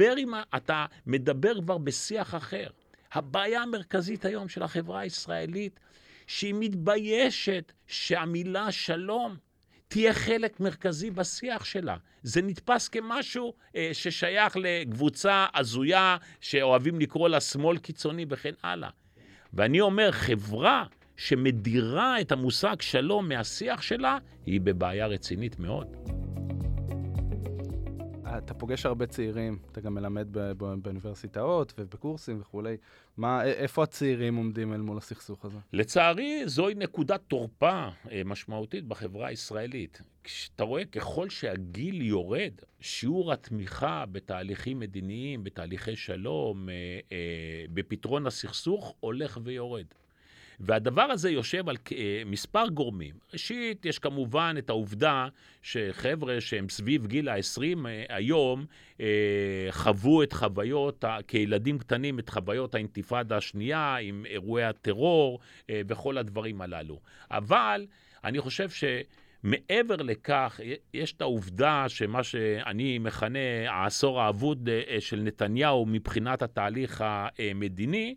מדבר כבר בשיח אחר. הבעיה המרכזית היום של החברה הישראלית, שהיא מתביישת שהמילה שלום תהיה חלק מרכזי בשיח שלה. זה נתפס כמשהו ששייך לקבוצה הזויה, שאוהבים לקרוא לה שמאל קיצוני וכן הלאה. ואני אומר, חברה שמדירה את המושג שלום מהשיח שלה, היא בבעיה רצינית מאוד. אתה פוגש הרבה צעירים, אתה גם מלמד באוניברסיטאות ובקורסים וכולי. איפה הצעירים עומדים אל מול הסכסוך הזה? לצערי, זוהי נקודת תורפה משמעותית בחברה הישראלית. כשאתה רואה, ככל שהגיל יורד, שיעור התמיכה בתהליכים מדיניים, בתהליכי שלום, בפתרון הסכסוך, הולך ויורד. והדבר הזה יושב על מספר גורמים. ראשית, יש כמובן את העובדה שחבר'ה שהם סביב גיל ה-20 היום, חוו את חוויות, כילדים קטנים, את חוויות האינתיפאדה השנייה, עם אירועי הטרור וכל הדברים הללו. אבל אני חושב מעבר לכך, יש את העובדה שמה שאני מכנה העשור האבוד של נתניהו מבחינת התהליך המדיני,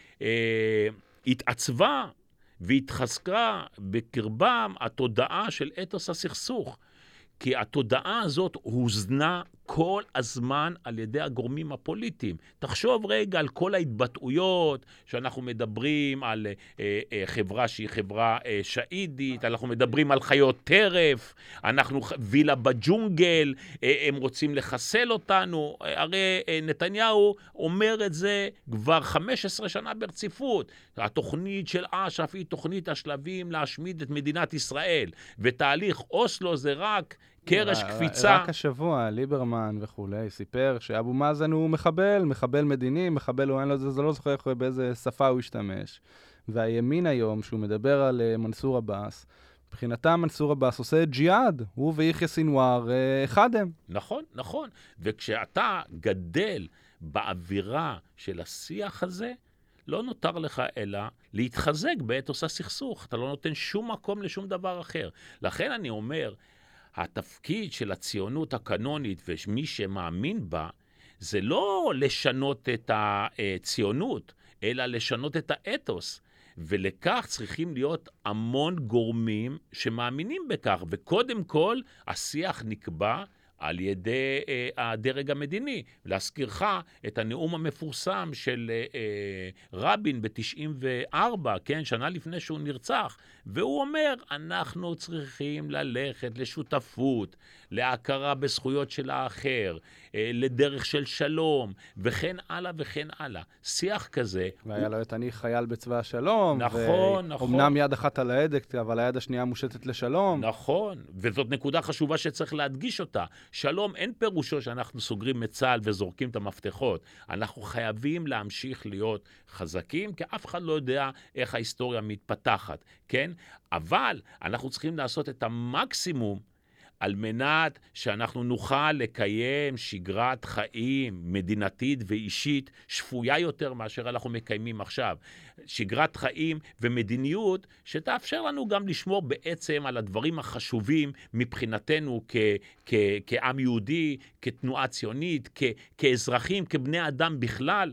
התעצבה והתחזקה בקרבם התודעה של אתוס הסכסוך. כי התודעה הזאת הוזנה כל הזמן על ידי הגורמים הפוליטיים. תחשוב רגע על כל ההתבטאויות שאנחנו מדברים על חברה שהיא חברה שהידית, אנחנו מדברים על חיות טרף, אנחנו וילה בג'ונגל, הם רוצים לחסל אותנו. הרי נתניהו אומר את זה כבר 15 שנה ברציפות. התוכנית של אש"ף היא תוכנית השלבים להשמיד את מדינת ישראל, ותהליך אוסלו זה רק קרש קפיצה. רק השבוע, ליברמן וכולי, סיפר שאבו מאזן הוא מחבל מדיני, מחבל הוא אין לו, זה לא זוכר באיזה שפה הוא השתמש. והימין היום, שהוא מדבר על מנסור עבאס, מבחינתם מנסור עבאס עושה ג'יהאד, הוא ויחיא סינואר אחד הם. נכון, נכון. וכשאתה גדל באווירה של השיח הזה, לא נותר לך אלא להתחזק באתוס הסכסוך. אתה לא נותן שום מקום לשום דבר אחר. לכן אני אומר, התפקיד של הציונות הקנונית ומי שמאמין בה, זה לא לשנות את הציונות, אלא לשנות את האתוס. ולכך צריכים להיות המון גורמים שמאמינים בכך. וקודם כל, השיח נקבע על ידי הדרג המדיני. להזכירך את הנאום המפורסם של רבין ב-94, כן, שנה לפני שהוא נרצח, והוא אומר, אנחנו צריכים ללכת לשותפות, להכרה בזכויות של האחר, לדרך של שלום, וכן הלאה וכן הלאה. שיח כזה. והיה לו את אני חייל בצבא השלום. נכון, נכון. אמנם יד אחת על ההדק, אבל היד השנייה מושטת לשלום. נכון, וזאת נקודה חשובה שצריך להדגיש אותה. שלום אין פירושו שאנחנו סוגרים את צה"ל וזורקים את המפתחות. אנחנו חייבים להמשיך להיות חזקים, כי אף אחד לא יודע איך ההיסטוריה מתפתחת, כן? אבל אנחנו צריכים לעשות את המקסימום על מנת שאנחנו נוכל לקיים שגרת חיים מדינתית ואישית שפויה יותר מאשר אנחנו מקיימים עכשיו. שגרת חיים ומדיניות שתאפשר לנו גם לשמור בעצם על הדברים החשובים מבחינתנו כעם יהודי, כתנועה ציונית, כאזרחים, כבני אדם בכלל,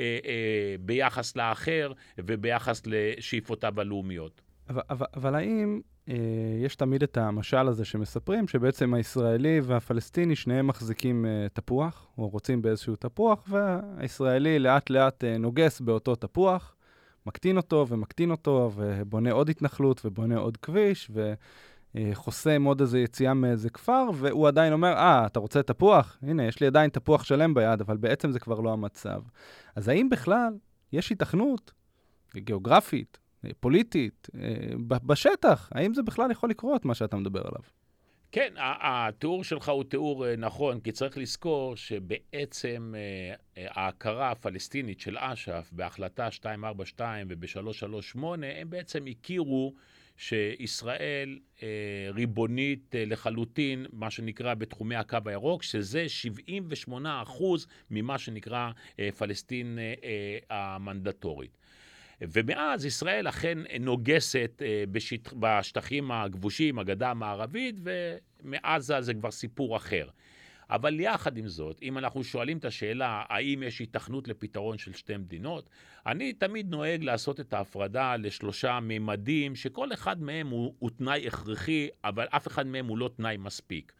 ביחס לאחר וביחס לשאיפותיו הלאומיות. אבל האם יש תמיד את המשל הזה שמספרים, שבעצם הישראלי והפלסטיני שניהם מחזיקים תפוח, או רוצים באיזשהו תפוח, והישראלי לאט לאט נוגס באותו תפוח, מקטין אותו ומקטין אותו, ובונה עוד התנחלות ובונה עוד כביש, וחוסם עוד איזה יציאה מאיזה כפר, והוא עדיין אומר, אתה רוצה תפוח? הנה, יש לי עדיין תפוח שלם ביד, אבל בעצם זה כבר לא המצב. אז האם בכלל יש היתכנות גיאוגרפית, פוליטית, בשטח? האם זה בכלל יכול לקרות, מה שאתה מדבר עליו? כן, התיאור שלך הוא תיאור נכון, כי צריך לזכור שבעצם ההכרה הפלסטינית של אש"ף בהחלטה 242 וב-338, הם בעצם הכירו שישראל ריבונית לחלוטין, מה שנקרא בתחומי הקו הירוק, שזה 78% ממה שנקרא פלסטין המנדטורית. ומאז ישראל אכן נוגסת בשטחים הכבושים, הגדה המערבית, ומאז זה כבר סיפור אחר. אבל יחד עם זאת, אם אנחנו שואלים את השאלה, האם יש היתכנות לפתרון של שתי מדינות, אני תמיד נוהג לעשות את ההפרדה לשלושה ממדים, שכל אחד מהם הוא תנאי הכרחי, אבל אף אחד מהם הוא לא תנאי מספיק.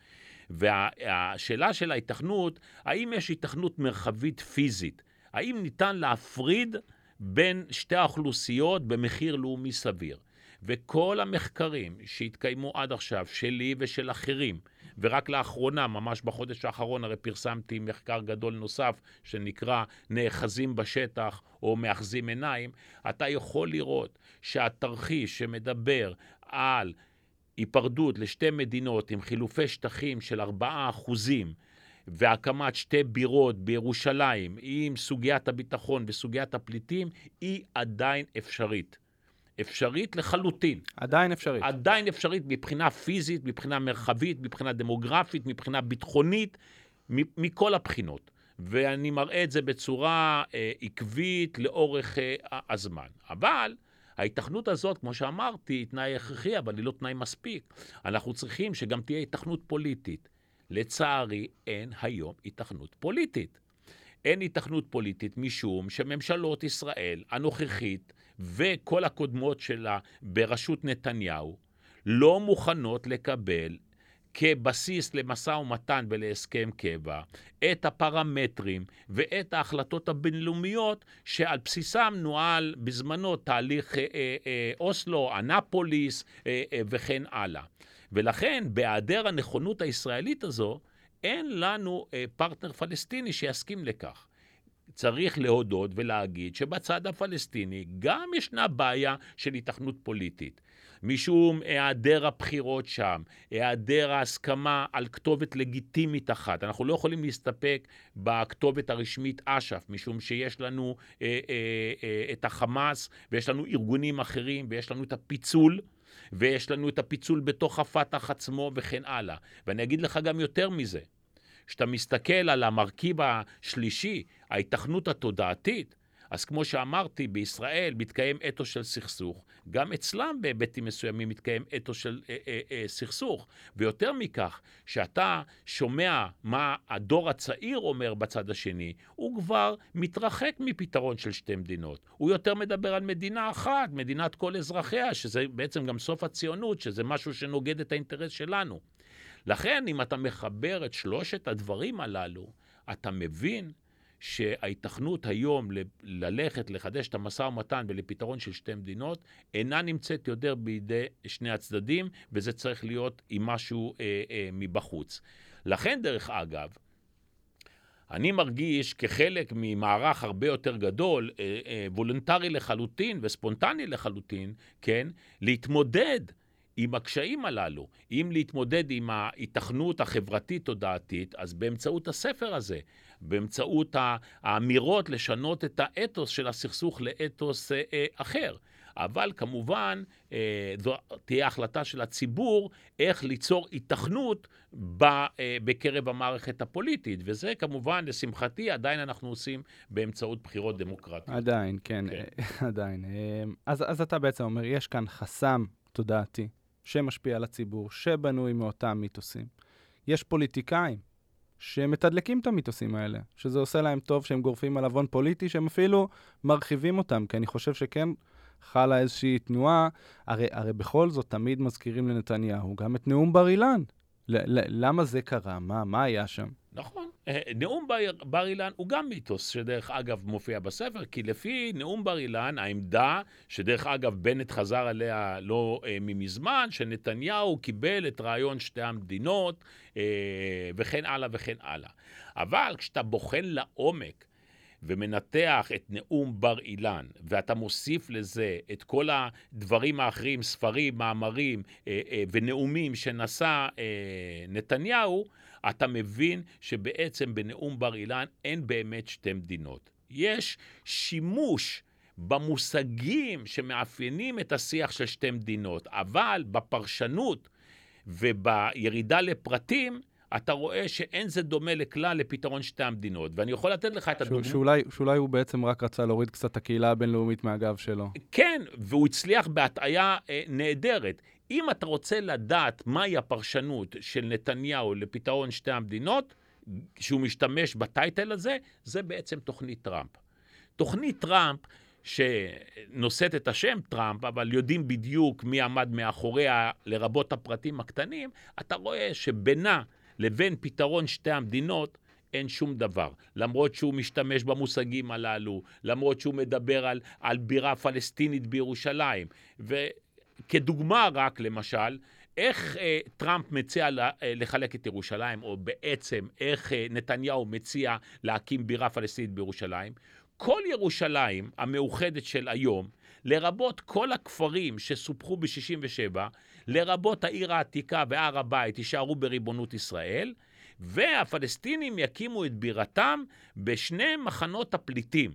והשאלה של ההיתכנות, האם יש היתכנות מרחבית פיזית? האם ניתן להפריד בין שתי האוכלוסיות במחיר לאומי סביר? וכל המחקרים שהתקיימו עד עכשיו, שלי ושל אחרים, ורק לאחרונה, ממש בחודש האחרון, הרי פרסמתי מחקר גדול נוסף, שנקרא נאחזים בשטח או מאחזים עיניים, אתה יכול לראות שהתרחיש שמדבר על היפרדות לשתי מדינות עם חילופי שטחים של 4%, והקמת שתי בירות בירושלים עם סוגיית הביטחון וסוגיית הפליטים, היא עדיין אפשרית. אפשרית לחלוטין. עדיין אפשרית. עדיין אפשרית מבחינה פיזית, מבחינה מרחבית, מבחינה דמוגרפית, מבחינה ביטחונית, מכל הבחינות. ואני מראה את זה בצורה עקבית לאורך הזמן. אבל ההיתכנות הזאת, כמו שאמרתי, היא תנאי הכרחי, אבל היא לא תנאי מספיק. אנחנו צריכים שגם תהיה היתכנות פוליטית. לצערי, אין היום היתכנות פוליטית. אין היתכנות פוליטית משום שממשלות ישראל הנוכחית וכל הקודמות שלה בראשות נתניהו לא מוכנות לקבל כבסיס למשא ומתן ולהסכם קבע את הפרמטרים ואת ההחלטות הבינלאומיות שעל בסיסם נועל בזמנו תהליך אוסלו, אנפוליס וכן הלאה. ולכן בהיעדר הנכונות הישראלית הזו אין לנו פרטנר פלסטיני שיסכים לכך. צריך להודות ולהגיד שבצד הפלסטיני גם ישנה בעיה של היתכנות פוליטית. משום היעדר הבחירות שם, היעדר ההסכמה על כתובת לגיטימית אחת. אנחנו לא יכולים להסתפק בכתובת הרשמית אש"ף, משום שיש לנו את החמאס, ויש לנו ארגונים אחרים, ויש לנו את הפיצול, ויש לנו את הפיצול בתוך הפתח עצמו וכן הלאה. ואני אגיד לך גם יותר מזה. כשאתה מסתכל על המרכיב השלישי, ההיתכנות התודעתית, אז כמו שאמרתי, בישראל מתקיים אתוס של סכסוך, גם אצלם בהיבטים מסוימים מתקיים אתוס של סכסוך, ויותר מכך, שאתה שומע מה הדור הצעיר אומר בצד השני, הוא כבר מתרחק מפתרון של שתי מדינות. הוא יותר מדבר על מדינה אחת, מדינת כל אזרחיה, שזה בעצם גם סוף הציונות, שזה משהו שנוגד את האינטרס שלנו. לכן, אם אתה מחבר את שלושת הדברים הללו, אתה מבין שההיתכנות היום ללכת, לחדש את המשא ומתן ולפתרון של שתי מדינות, אינה נמצאת יותר בידי שני הצדדים, וזה צריך להיות עם משהו מבחוץ. לכן, דרך אגב, אני מרגיש כחלק ממערך הרבה יותר גדול, וולונטרי לחלוטין וספונטני לחלוטין, כן, להתמודד עם הקשיים הללו. אם להתמודד עם ההיתכנות החברתית-תודעתית, אז באמצעות הספר הזה, באמצעות האמירות לשנות את האתוס של הסכסוך לאתוס אחר. אבל כמובן, זו תהיה החלטה של הציבור איך ליצור היתכנות בקרב המערכת הפוליטית. וזה כמובן, לשמחתי, עדיין אנחנו עושים באמצעות בחירות דמוקרטיות. עדיין, כן, עדיין. אז אתה בעצם אומר, יש כאן חסם תודעתי שמשפיע על הציבור, שבנוי מאותם מיתוסים. יש פוליטיקאים שמתדלקים את המיתוסים האלה, שזה עושה להם טוב שהם גורפים על אבון פוליטי, שהם אפילו מרחיבים אותם, כי אני חושב שכן חלה איזושהי תנועה, הרי בכל זאת תמיד מזכירים לנתניהו גם את נאום בר אילן. למה זה קרה? מה היה שם? נכון. נאום בר אילן הוא גם מיתוס שדרך אגב מופיע בספר, כי לפי נאום בר אילן העמדה, שדרך אגב בנט חזר עליה לא ממזמן, שנתניהו קיבל את רעיון שתי המדינות וכן הלאה וכן הלאה. אבל כשאתה בוחן לעומק ומנתח את נאום בר אילן, ואתה מוסיף לזה את כל הדברים האחרים, ספרים, מאמרים ונאומים שנשא נתניהו, אתה מבין שבעצם בנאום בר אילן אין באמת שתי מדינות. יש שימוש במושגים שמאפיינים את השיח של שתי מדינות, אבל בפרשנות ובירידה לפרטים, אתה רואה שאין זה דומה לכלל לפתרון שתי המדינות. ואני יכול לתת לך את הדוגמה. שאולי הוא בעצם רק רצה להוריד קצת את הקהילה הבינלאומית מהגב שלו. כן, והוא הצליח בהטעיה נהדרת. אם אתה רוצה לדעת מהי הפרשנות של נתניהו לפתרון שתי המדינות, שהוא משתמש בטייטל הזה, זה בעצם תוכנית טראמפ. תוכנית טראמפ, שנושאת את השם טראמפ, אבל יודעים בדיוק מי עמד מאחוריה לרבות הפרטים הקטנים, אתה רואה שבינה לבין פתרון שתי המדינות אין שום דבר. למרות שהוא משתמש במושגים הללו, למרות שהוא מדבר על בירה פלסטינית בירושלים. וכדוגמה רק, למשל, איך טראמפ מציע לחלק את ירושלים, או בעצם איך נתניהו מציע להקים בירה פלסטינית בירושלים, כל ירושלים המאוחדת של היום, לרבות כל הכפרים שסופחו ב-67, לרבות העיר העתיקה והר הבית, יישארו בריבונות ישראל, והפלסטינים יקימו את בירתם בשני מחנות הפליטים,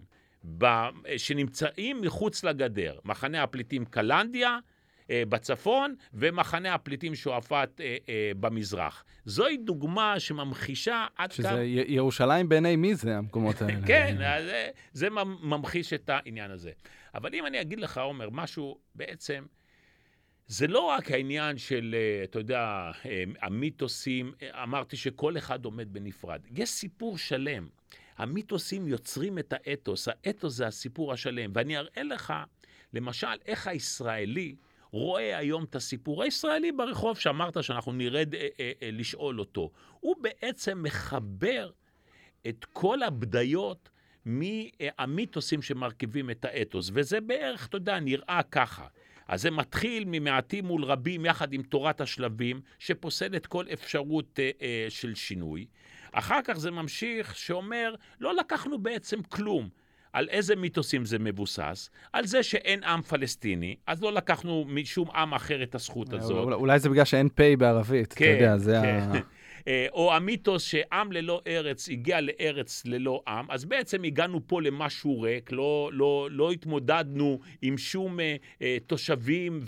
שנמצאים מחוץ לגדר, מחנה הפליטים קלנדיה בצפון, ומחנה הפליטים שועפאט במזרח. זוהי דוגמה שממחישה עד כמה... שזה ירושלים בעיני מי זה המקומות האלה? כן, זה ממחיש את העניין הזה. אבל אם אני אגיד לך, עומר, משהו בעצם, זה לא רק העניין של, אתה יודע, המיתוסים, אמרתי שכל אחד עומד בנפרד. יש סיפור שלם. המיתוסים יוצרים את האתוס, האתוס זה הסיפור השלם, ואני אראה לך, למשל, איך הישראלי רואה היום את הסיפור הישראלי ברחוב, שאמרת שאנחנו נרד לשאול אותו. הוא בעצם מחבר את כל הבדיות מהמיתוסים שמרכיבים את האתוס, וזה בערך, אתה יודע, נראה ככה. אז זה מתחיל ממעטים מול רבים יחד עם תורת השלבים, שפוסלת כל אפשרות של שינוי. אחר כך זה ממשיך שאומר, לא לקחנו בעצם כלום. על איזה מיתוסים זה מבוסס? על זה שאין עם פלסטיני, אז לא לקחנו משום עם אחר את הזכות הזאת. אולי זה בגלל שאין פי בערבית, כן, אתה יודע, זה כן. או המיתוס שעם ללא ארץ הגיע לארץ ללא עם, אז בעצם הגענו פה למשהו ריק, לא התמודדנו עם שום תושבים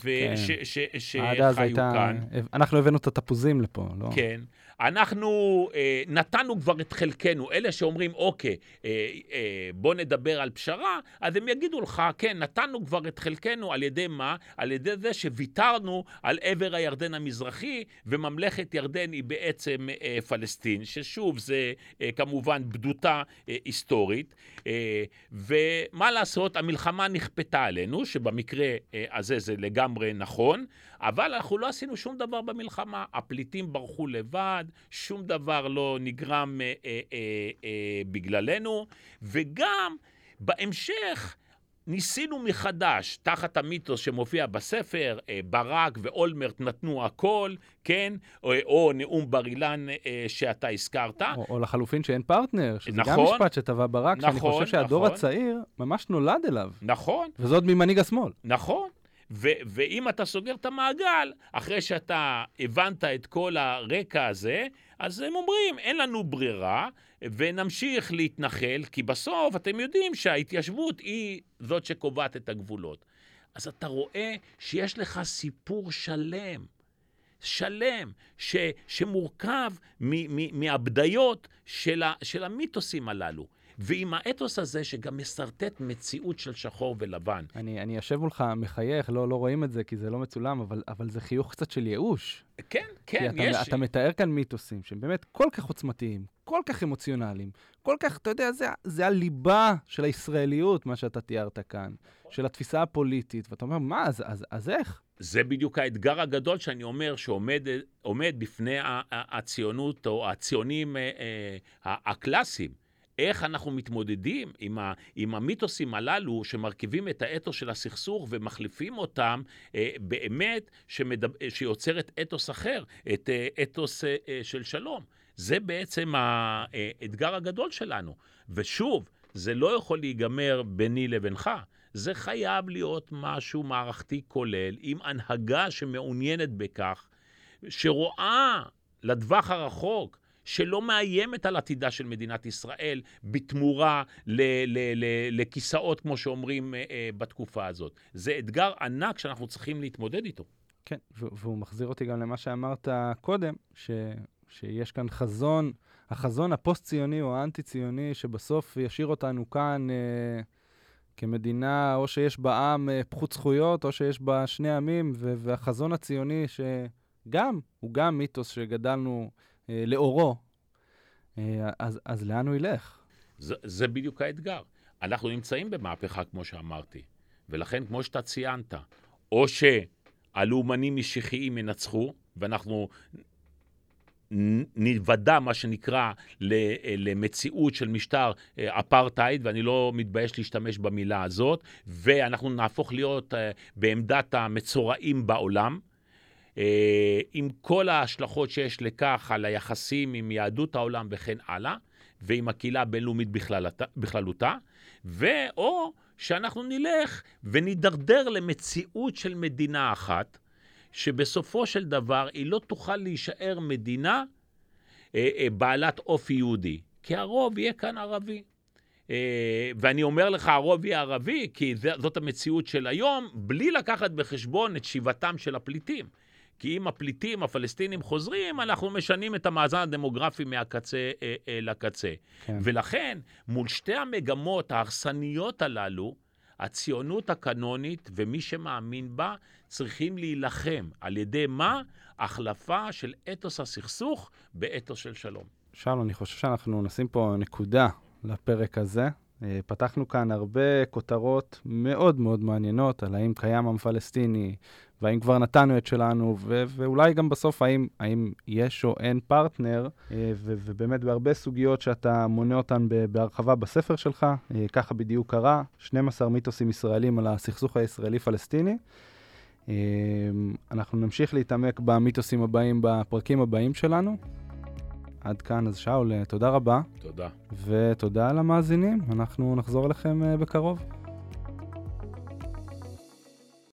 שחיו כאן. אנחנו הבאנו את התפוזים לפה, לא? כן. אנחנו נתנו כבר את חלקנו, אלה שאומרים, אוקיי, בוא נדבר על פשרה, אז הם יגידו לך, כן, נתנו כבר את חלקנו, על ידי מה? על ידי זה שוויתרנו על עבר הירדן המזרחי, וממלכת ירדן היא בעצם פלסטין, ששוב, זה כמובן בדותה היסטורית, ומה לעשות, המלחמה נכפתה עלינו, שבמקרה הזה זה לגמרי נכון, אבל אנחנו לא עשינו שום דבר במלחמה, הפליטים ברחו לבד, שום דבר לא נגרם בגללנו, וגם בהמשך ניסינו מחדש, תחת המיתוס שמופיע בספר, ברק ואולמרט נתנו הכל, כן? או נאום בר אילן שאתה הזכרת. או לחלופין שאין פרטנר, שזה נכון, גם משפט שטבע ברק, נכון, שאני חושב שהדור נכון. הצעיר ממש נולד אליו. נכון. וזאת ממנהיג השמאל. נכון. ואם אתה סוגר את המעגל, אחרי שאתה הבנת את כל הרקע הזה, אז הם אומרים, אין לנו ברירה, ונמשיך להתנחל, כי בסוף אתם יודעים שההתיישבות היא זאת שקובעת את הגבולות. אז אתה רואה שיש לך סיפור שלם, שמורכב מהבדיות של המיתוסים הללו. ועם האתוס הזה שגם מסרטט מציאות של שחור ולבן. אני יושב מולך מחייך, לא רואים את זה כי זה לא מצולם, אבל זה חיוך קצת של ייאוש. כן, כן, יש. אתה מתאר כאן מיתוסים שהם באמת כל כך עוצמתיים, כל כך אמוציונליים, כל כך, אתה יודע, זה הליבה של הישראליות, מה שאתה תיארת כאן, של התפיסה הפוליטית, ואתה אומר, מה, אז איך? זה בדיוק האתגר הגדול שאני אומר שעומד בפני הציונות או הציונים הקלאסיים. איך אנחנו מתמודדים עם המיתוסים הללו שמרכיבים את האתוס של הסכסוך ומחליפים אותם באמת שיוצרת אתוס אחר, את אתוס של שלום. זה בעצם האתגר הגדול שלנו. ושוב, זה לא יכול להיגמר ביני לבינך. זה חייב להיות משהו מערכתי כולל, עם הנהגה שמעוניינת בכך, שרואה לטווח הרחוק, שלא מאיימת על עתידה של מדינת ישראל, בתמורה לכיסאות, כמו שאומרים בתקופה הזאת. זה אתגר ענק שאנחנו צריכים להתמודד איתו. כן, והוא מחזיר אותי גם למה שאמרת קודם, שיש כאן החזון הפוסט-ציוני או האנטי-ציוני, שבסוף ישאיר אותנו כאן כמדינה, או שיש בה עם פחות זכויות, או שיש בה שני עמים, והחזון הציוני שגם, הוא גם מיתוס שגדלנו לאורו, אז לאן הוא ילך? זה בדיוק האתגר. אנחנו נמצאים במהפכה, כמו שאמרתי, ולכן, כמו שאתה ציינת, או שהלאומנים משיחיים ינצחו, ואנחנו נוודא מה שנקרא למציאות של משטר אפרטהייד, ואני לא מתבייש להשתמש במילה הזאת, ואנחנו נהפוך להיות בעמדת המצורעים בעולם, עם כל ההשלכות שיש לכך על היחסים עם יהדות העולם וכן הלאה, ועם הקהילה הבינלאומית בכללותה, או שאנחנו נלך ונידרדר למציאות של מדינה אחת, שבסופו של דבר היא לא תוכל להישאר מדינה בעלת אופי יהודי, כי הרוב יהיה כאן ערבי. ואני אומר לך, הרוב יהיה ערבי, כי זאת המציאות של היום, בלי לקחת בחשבון את שיבתם של הפליטים. כי אם הפליטים הפלסטינים חוזרים, אנחנו משנים את המאזן הדמוגרפי מהקצה לקצה. כן. ולכן, מול שתי המגמות ההרסניות הללו, הציונות הקנונית ומי שמאמין בה צריכים להילחם. על ידי מה? החלפה של אתוס הסכסוך באתוס של שלום. שאול, אני חושב שאנחנו נשים פה נקודה לפרק הזה. פתחנו כאן הרבה כותרות מאוד מאוד מעניינות על האם קיים עם פלסטיני, והאם כבר נתנו את שלנו, ואולי גם בסוף האם יש או אין פרטנר, ובאמת בהרבה סוגיות שאתה מונה אותן בהרחבה בספר שלך, ככה בדיוק קרה, 12 מיתוסים ישראלים על הסכסוך הישראלי-פלסטיני. אנחנו נמשיך להתעמק במיתוסים הבאים, בפרקים הבאים שלנו. עד כאן, אז שאול, תודה רבה. תודה. ותודה למאזינים, אנחנו נחזור אליכם בקרוב.